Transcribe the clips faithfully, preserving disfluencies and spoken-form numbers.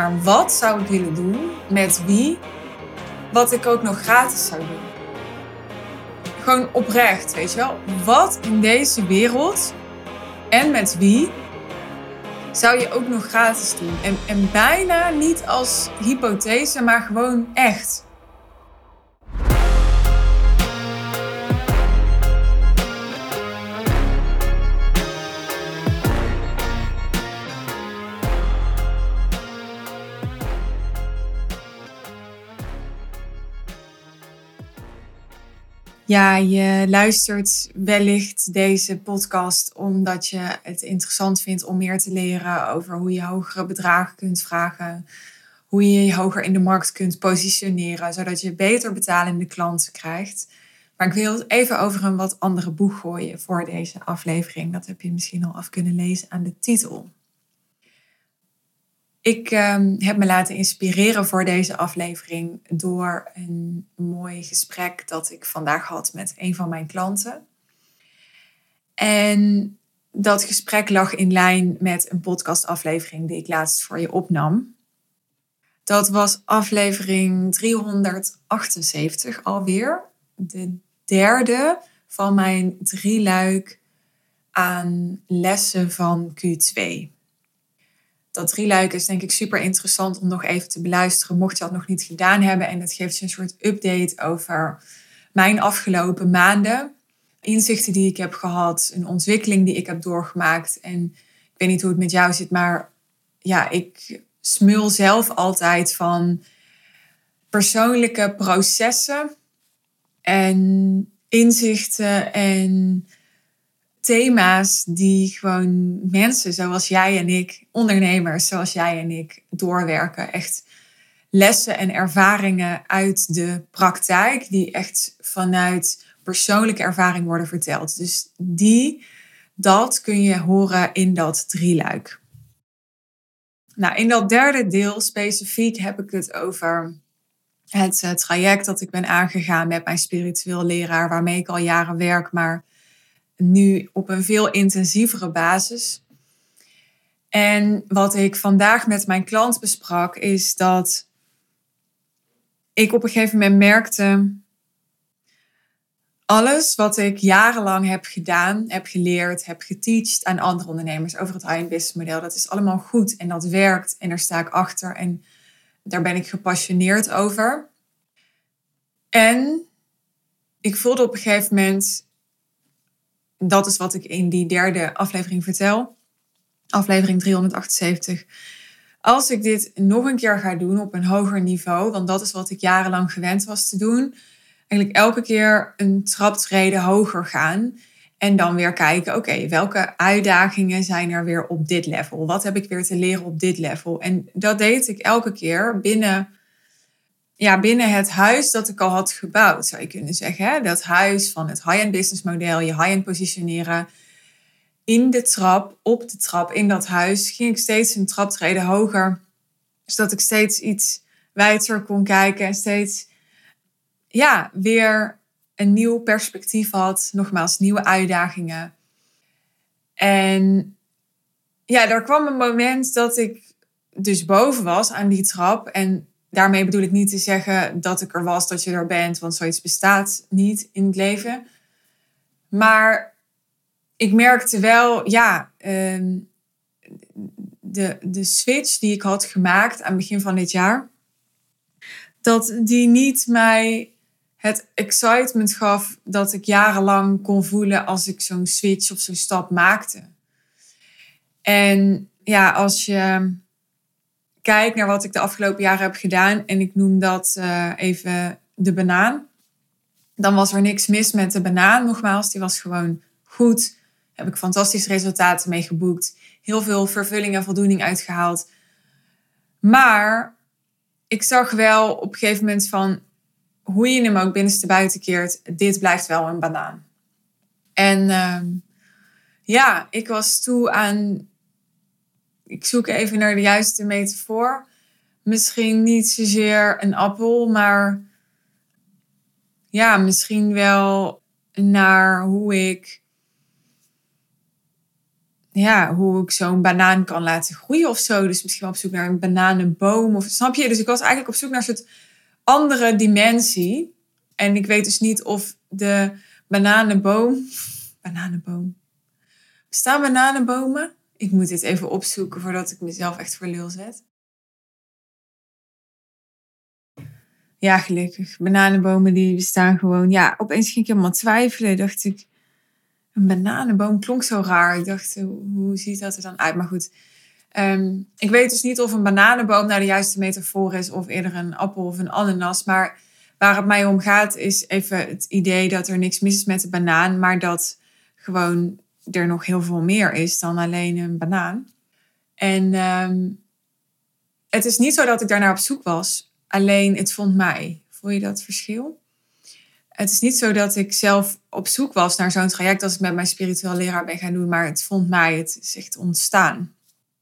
Maar wat zou ik willen doen? Met wie? Wat ik ook nog gratis zou doen. Gewoon oprecht, weet je wel. Wat in deze wereld en met wie zou je ook nog gratis doen? En, en bijna niet als hypothese, maar gewoon echt. Ja, je luistert wellicht deze podcast omdat je het interessant vindt om meer te leren over hoe je hogere bedragen kunt vragen. Hoe je je hoger in de markt kunt positioneren, zodat je beter betalende klanten krijgt. Maar ik wil het even over een wat andere boeg gooien voor deze aflevering. Dat heb je misschien al af kunnen lezen aan de titel. Ik uh, heb me laten inspireren voor deze aflevering door een mooi gesprek dat ik vandaag had met een van mijn klanten. En dat gesprek lag in lijn met een podcastaflevering die ik laatst voor je opnam. Dat was aflevering driehonderdachtenzeventig alweer. De derde van mijn drieluik aan lessen van Q twee. Dat drieluik is denk ik super interessant om nog even te beluisteren, mocht je dat nog niet gedaan hebben. En dat geeft je een soort update over mijn afgelopen maanden. Inzichten die ik heb gehad, een ontwikkeling die ik heb doorgemaakt. En ik weet niet hoe het met jou zit, maar ja, ik smul zelf altijd van persoonlijke processen en inzichten en thema's die gewoon mensen zoals jij en ik, ondernemers zoals jij en ik, doorwerken. Echt lessen en ervaringen uit de praktijk die echt vanuit persoonlijke ervaring worden verteld. Dus die, dat kun je horen in dat drieluik. Nou, in dat derde deel specifiek heb ik het over het uh, traject dat ik ben aangegaan met mijn spiritueel leraar, waarmee ik al jaren werk, maar nu op een veel intensievere basis. En wat ik vandaag met mijn klant besprak, is dat ik op een gegeven moment merkte, alles wat ik jarenlang heb gedaan, heb geleerd, heb geteacht aan andere ondernemers over het high-end business model, dat is allemaal goed en dat werkt en daar sta ik achter en daar ben ik gepassioneerd over. En ik voelde op een gegeven moment, dat is wat ik in die derde aflevering vertel, aflevering driehonderdachtenzeventig. Als ik dit nog een keer ga doen op een hoger niveau, want dat is wat ik jarenlang gewend was te doen, eigenlijk elke keer een traptreden hoger gaan en dan weer kijken, oké, okay, welke uitdagingen zijn er weer op dit level? Wat heb ik weer te leren op dit level? En dat deed ik elke keer binnen, ja, binnen het huis dat ik al had gebouwd, zou je kunnen zeggen. Hè? Dat huis van het high-end business model, je high-end positioneren. In de trap, op de trap, in dat huis ging ik steeds een traptreden hoger. Zodat ik steeds iets wijder kon kijken en steeds ja, weer een nieuw perspectief had. Nogmaals, nieuwe uitdagingen. En ja, er kwam een moment dat ik dus boven was aan die trap. En daarmee bedoel ik niet te zeggen dat ik er was, dat je er bent. Want zoiets bestaat niet in het leven. Maar ik merkte wel, ja, de, de switch die ik had gemaakt aan het begin van dit jaar, dat die niet mij het excitement gaf dat ik jarenlang kon voelen als ik zo'n switch of zo'n stap maakte. En ja, als je kijkt naar wat ik de afgelopen jaren heb gedaan, en ik noem dat uh, even de banaan, dan was er niks mis met de banaan. Nogmaals, die was gewoon goed. Heb ik fantastische resultaten mee geboekt. Heel veel vervulling en voldoening uitgehaald. Maar ik zag wel op een gegeven moment van, hoe je hem ook binnenste buiten keert, dit blijft wel een banaan. En uh, ja, ik was toe aan, ik zoek even naar de juiste metafoor. Misschien niet zozeer een appel, maar ja, misschien wel naar hoe ik ja, hoe ik zo'n banaan kan laten groeien of zo. Dus misschien wel op zoek naar een bananenboom. Of, snap je? Dus ik was eigenlijk op zoek naar een soort andere dimensie. En ik weet dus niet of de bananenboom... Bananenboom. Bestaan bananenbomen? Ik moet dit even opzoeken voordat ik mezelf echt voor lul zet. Ja, gelukkig. Bananenbomen die bestaan gewoon. Ja, opeens ging ik helemaal twijfelen. Dacht ik, een bananenboom klonk zo raar. Ik dacht, hoe ziet dat er dan uit? Maar goed, um, ik weet dus niet of een bananenboom nou de juiste metafoor is. Of eerder een appel of een ananas. Maar waar het mij om gaat is even het idee dat er niks mis is met de banaan. Maar dat gewoon er nog heel veel meer is dan alleen een banaan. En um, het is niet zo dat ik daarnaar op zoek was. Alleen het vond mij. Voel je dat verschil? Het is niet zo dat ik zelf op zoek was naar zo'n traject als ik met mijn spiritueel leraar ben gaan doen. Maar het vond mij. Het is echt ontstaan.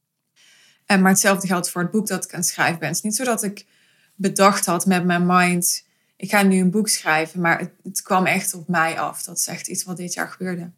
En maar hetzelfde geldt voor het boek dat ik aan het schrijven ben. Het is niet zo dat ik bedacht had met mijn mind. Ik ga nu een boek schrijven. Maar het, het kwam echt op mij af. Dat is echt iets wat dit jaar gebeurde.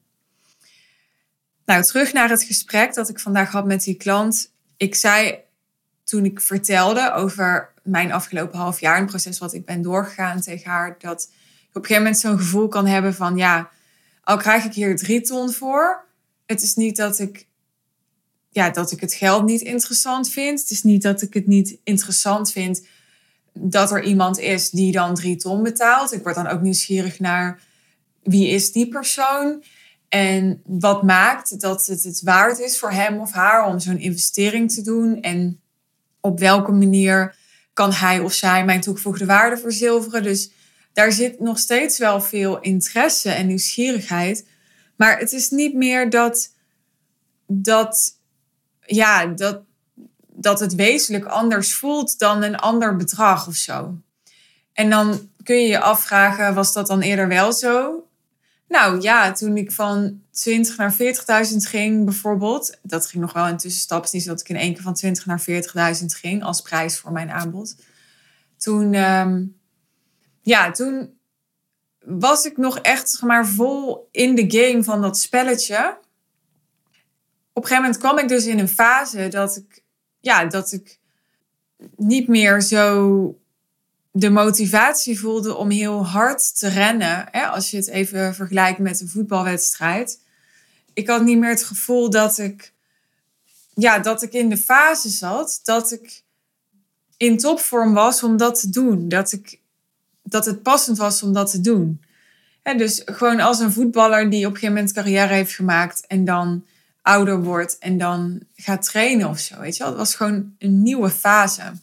Nou, terug naar het gesprek dat ik vandaag had met die klant. Ik zei toen ik vertelde over mijn afgelopen half jaar, een proces wat ik ben doorgegaan tegen haar, dat je op een gegeven moment zo'n gevoel kan hebben van, ja, al krijg ik hier drie ton voor. Het is niet dat ik, ja, dat ik het geld niet interessant vind. Het is niet dat ik het niet interessant vind dat er iemand is die dan drie ton betaalt. Ik word dan ook nieuwsgierig naar wie is die persoon. En wat maakt dat het het waard is voor hem of haar om zo'n investering te doen. En op welke manier kan hij of zij mijn toegevoegde waarde verzilveren. Dus daar zit nog steeds wel veel interesse en nieuwsgierigheid. Maar het is niet meer dat, dat, ja, dat, dat het wezenlijk anders voelt dan een ander bedrag of zo. En dan kun je je afvragen, was dat dan eerder wel zo? Nou ja, toen ik van twintig naar veertigduizend ging bijvoorbeeld. Dat ging nog wel in tussenstap. Het is niet dat ik in één keer van twintig naar veertigduizend ging als prijs voor mijn aanbod. Toen, um, ja, toen was ik nog echt zeg maar, vol in de game van dat spelletje. Op een gegeven moment kwam ik dus in een fase dat ik, ja, dat ik niet meer zo de motivatie voelde om heel hard te rennen. Hè? Als je het even vergelijkt met een voetbalwedstrijd. Ik had niet meer het gevoel dat ik, ja, dat ik in de fase zat. Dat ik in topvorm was om dat te doen. Dat, ik, dat het passend was om dat te doen. Hè? Dus gewoon als een voetballer die op een gegeven moment carrière heeft gemaakt. En dan ouder wordt en dan gaat trainen of zo. Weet je wel? Het was gewoon een nieuwe fase.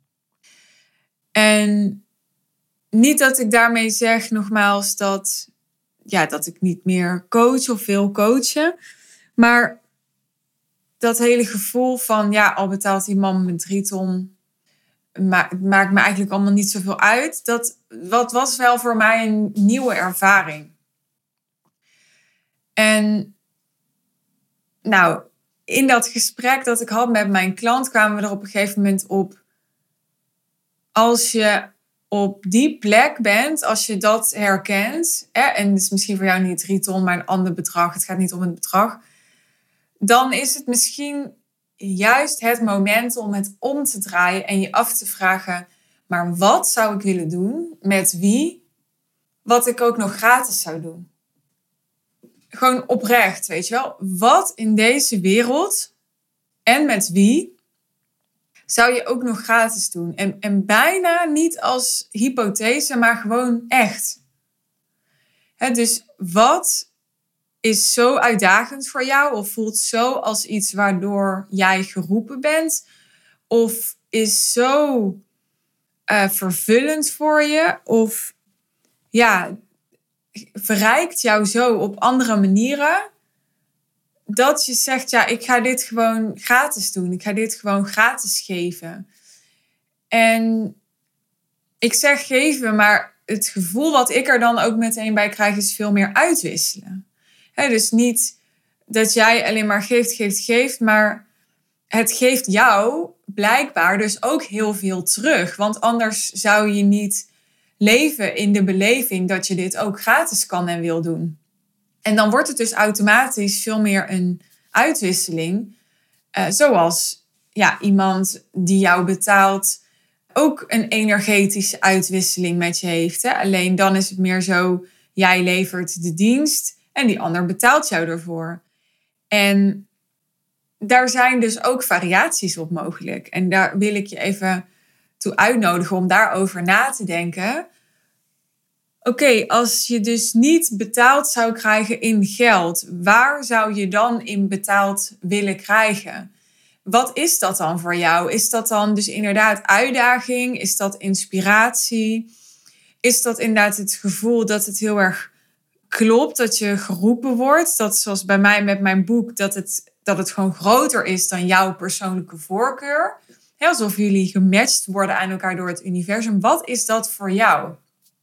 En niet dat ik daarmee zeg, nogmaals, dat, ja, dat ik niet meer coach of wil coachen. Maar dat hele gevoel van, ja, al betaalt die man met drie ton, ma- maakt me eigenlijk allemaal niet zoveel uit. Dat wat was wel voor mij een nieuwe ervaring. En nou, in dat gesprek dat ik had met mijn klant kwamen we er op een gegeven moment op. Als je op die plek bent, als je dat herkent, hè, en het is misschien voor jou niet drie ton, maar een ander bedrag, het gaat niet om het bedrag, dan is het misschien juist het moment om het om te draaien en je af te vragen, maar wat zou ik willen doen, met wie, wat ik ook nog gratis zou doen. Gewoon oprecht, weet je wel. Wat in deze wereld en met wie zou je ook nog gratis doen. En, en bijna niet als hypothese, maar gewoon echt. He, dus wat is zo uitdagend voor jou? Of voelt zo als iets waardoor jij geroepen bent? Of is zo uh, vervullend voor je? Of ja, verrijkt jou zo op andere manieren, dat je zegt, ja, ik ga dit gewoon gratis doen. Ik ga dit gewoon gratis geven. En ik zeg geven, maar het gevoel wat ik er dan ook meteen bij krijg, is veel meer uitwisselen. He, dus niet dat jij alleen maar geeft, geeft, geeft, maar het geeft jou blijkbaar dus ook heel veel terug. Want anders zou je niet leven in de beleving dat je dit ook gratis kan en wil doen. En dan wordt het dus automatisch veel meer een uitwisseling. Uh, zoals ja, iemand die jou betaalt ook een energetische uitwisseling met je heeft. Hè? Alleen dan is het meer zo, jij levert de dienst en die ander betaalt jou ervoor. En daar zijn dus ook variaties op mogelijk. En daar wil ik je even toe uitnodigen om daarover na te denken. Oké, okay, als je dus niet betaald zou krijgen in geld, waar zou je dan in betaald willen krijgen? Wat is dat dan voor jou? Is dat dan dus inderdaad uitdaging? Is dat inspiratie? Is dat inderdaad het gevoel dat het heel erg klopt, dat je geroepen wordt? Dat zoals bij mij met mijn boek, dat het, dat het gewoon groter is dan jouw persoonlijke voorkeur. He, alsof jullie gematcht worden aan elkaar door het universum. Wat is dat voor jou?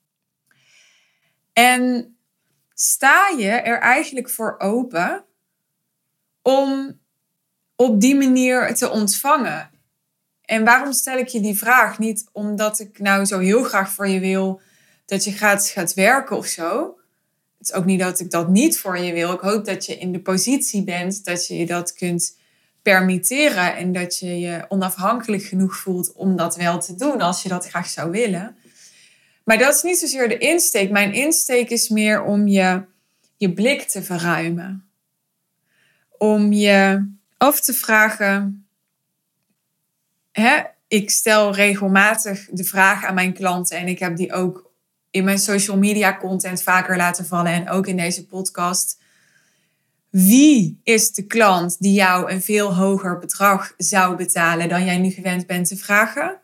En sta je er eigenlijk voor open om op die manier te ontvangen? En waarom stel ik je die vraag? Niet omdat ik nou zo heel graag voor je wil dat je gaat, gaat werken of zo. Het is ook niet dat ik dat niet voor je wil. Ik hoop dat je in de positie bent dat je je dat kunt permitteren en dat je je onafhankelijk genoeg voelt om dat wel te doen als je dat graag zou willen. Maar dat is niet zozeer de insteek. Mijn insteek is meer om je, je blik te verruimen. Om je af te vragen. Hè, ik stel regelmatig de vraag aan mijn klanten. En ik heb die ook in mijn social media content vaker laten vallen. En ook in deze podcast. Wie is de klant die jou een veel hoger bedrag zou betalen dan jij nu gewend bent te vragen?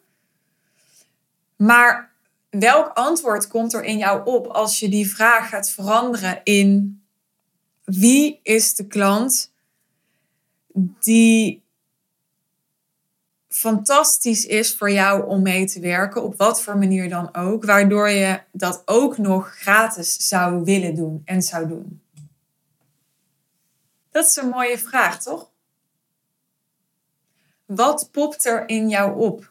Maar welk antwoord komt er in jou op als je die vraag gaat veranderen in wie is de klant die fantastisch is voor jou om mee te werken, op wat voor manier dan ook, waardoor je dat ook nog gratis zou willen doen en zou doen? Dat is een mooie vraag, toch? Wat popt er in jou op?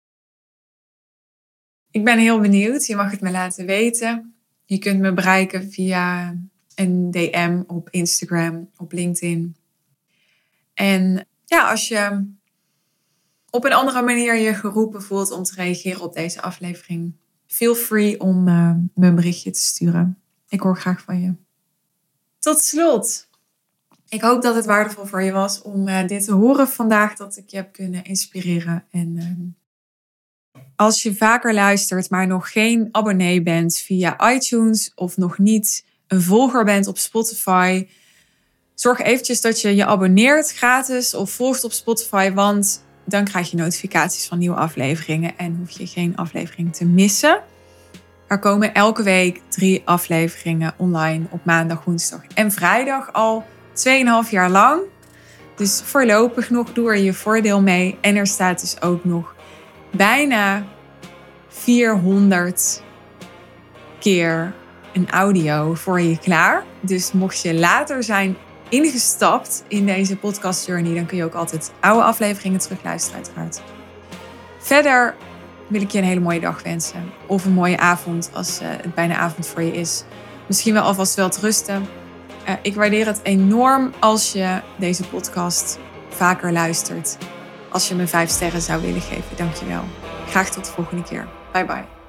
Ik ben heel benieuwd. Je mag het me laten weten. Je kunt me bereiken via een D M op Instagram, op LinkedIn. En ja, als je op een andere manier je geroepen voelt om te reageren op deze aflevering, feel free om uh, me een berichtje te sturen. Ik hoor graag van je. Tot slot. Ik hoop dat het waardevol voor je was om uh, dit te horen vandaag, dat ik je heb kunnen inspireren. En uh, als je vaker luistert, maar nog geen abonnee bent via iTunes of nog niet een volger bent op Spotify, zorg eventjes dat je je abonneert gratis of volgt op Spotify, want dan krijg je notificaties van nieuwe afleveringen en hoef je geen aflevering te missen. Er komen elke week drie afleveringen online op maandag, woensdag en vrijdag al tweeënhalf jaar lang. Dus voorlopig nog doe er je voordeel mee. En er staat dus ook nog bijna vierhonderd keer een audio voor je klaar. Dus mocht je later zijn ingestapt in deze podcast journey, dan kun je ook altijd oude afleveringen terugluisteren uiteraard. Verder wil ik je een hele mooie dag wensen. Of een mooie avond als uh, het bijna avond voor je is. Misschien wel alvast wel te rusten. Uh, ik waardeer het enorm als je deze podcast vaker luistert. Als je me vijf sterren zou willen geven, dankjewel. Graag tot de volgende keer. Bye bye.